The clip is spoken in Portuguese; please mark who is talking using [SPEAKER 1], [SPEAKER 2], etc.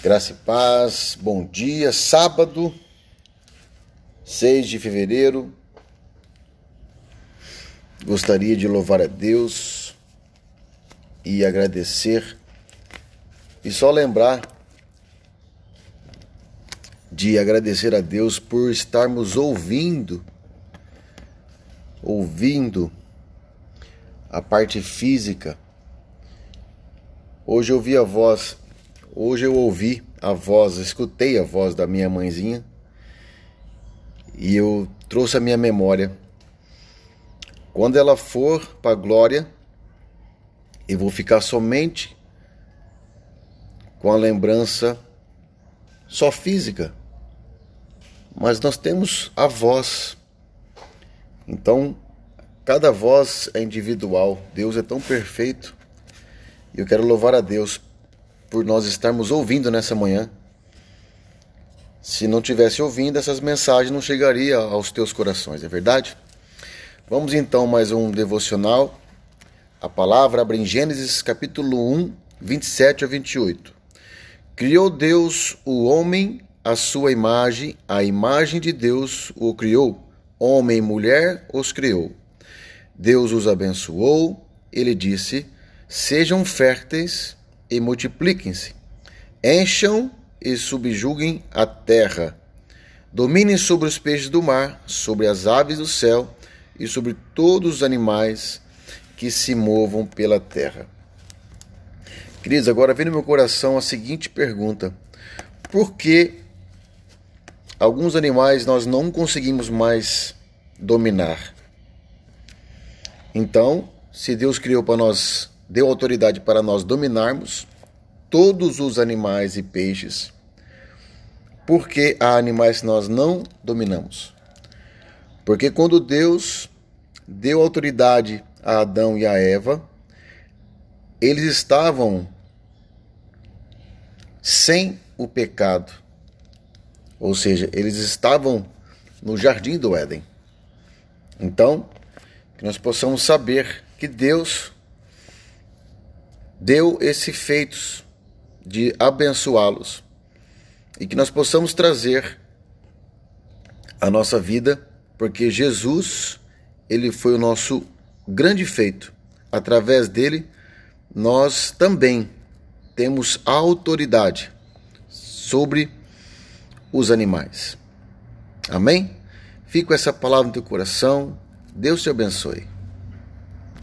[SPEAKER 1] Graça e paz, bom dia, sábado, 6 de fevereiro. Gostaria de louvar a Deus e agradecer e só lembrar de agradecer a Deus por estarmos ouvindo a parte física. Hoje eu ouvi a voz, escutei a voz da minha mãezinha e eu trouxe a minha memória. Quando ela for para a glória, eu vou ficar somente com a lembrança só física, mas nós temos a voz. Então, cada voz é individual. Deus é tão perfeito. E eu quero louvar a Deus por nós estarmos ouvindo nessa manhã. Se não tivesse ouvindo, essas mensagens não chegariam aos teus corações, é verdade? Vamos então mais um devocional. A palavra abre em Gênesis capítulo 1, 27 a 28. Criou Deus o homem à sua imagem, a imagem de Deus o criou. Homem e mulher os criou. Deus os abençoou. Ele disse: sejam férteis e multipliquem-se. Encham e subjuguem a terra. Dominem sobre os peixes do mar, sobre as aves do céu e sobre todos os animais que se movam pela terra. Queridos, agora vem no meu coração a seguinte pergunta: por que alguns animais nós não conseguimos mais dominar? Então, se Deus criou para nós, deu autoridade para nós dominarmos todos os animais e peixes, por que há animais que nós não dominamos? Porque quando Deus deu autoridade a Adão e a Eva, eles estavam sem o pecado. Ou seja, eles estavam no jardim do Éden. Então, que nós possamos saber que Deus deu esse feito de abençoá-los e que nós possamos trazer a nossa vida, porque Jesus, ele foi o nosso grande feito. Através dele, nós também temos autoridade sobre os animais. Amém? Fica com essa palavra no teu coração. Deus te abençoe.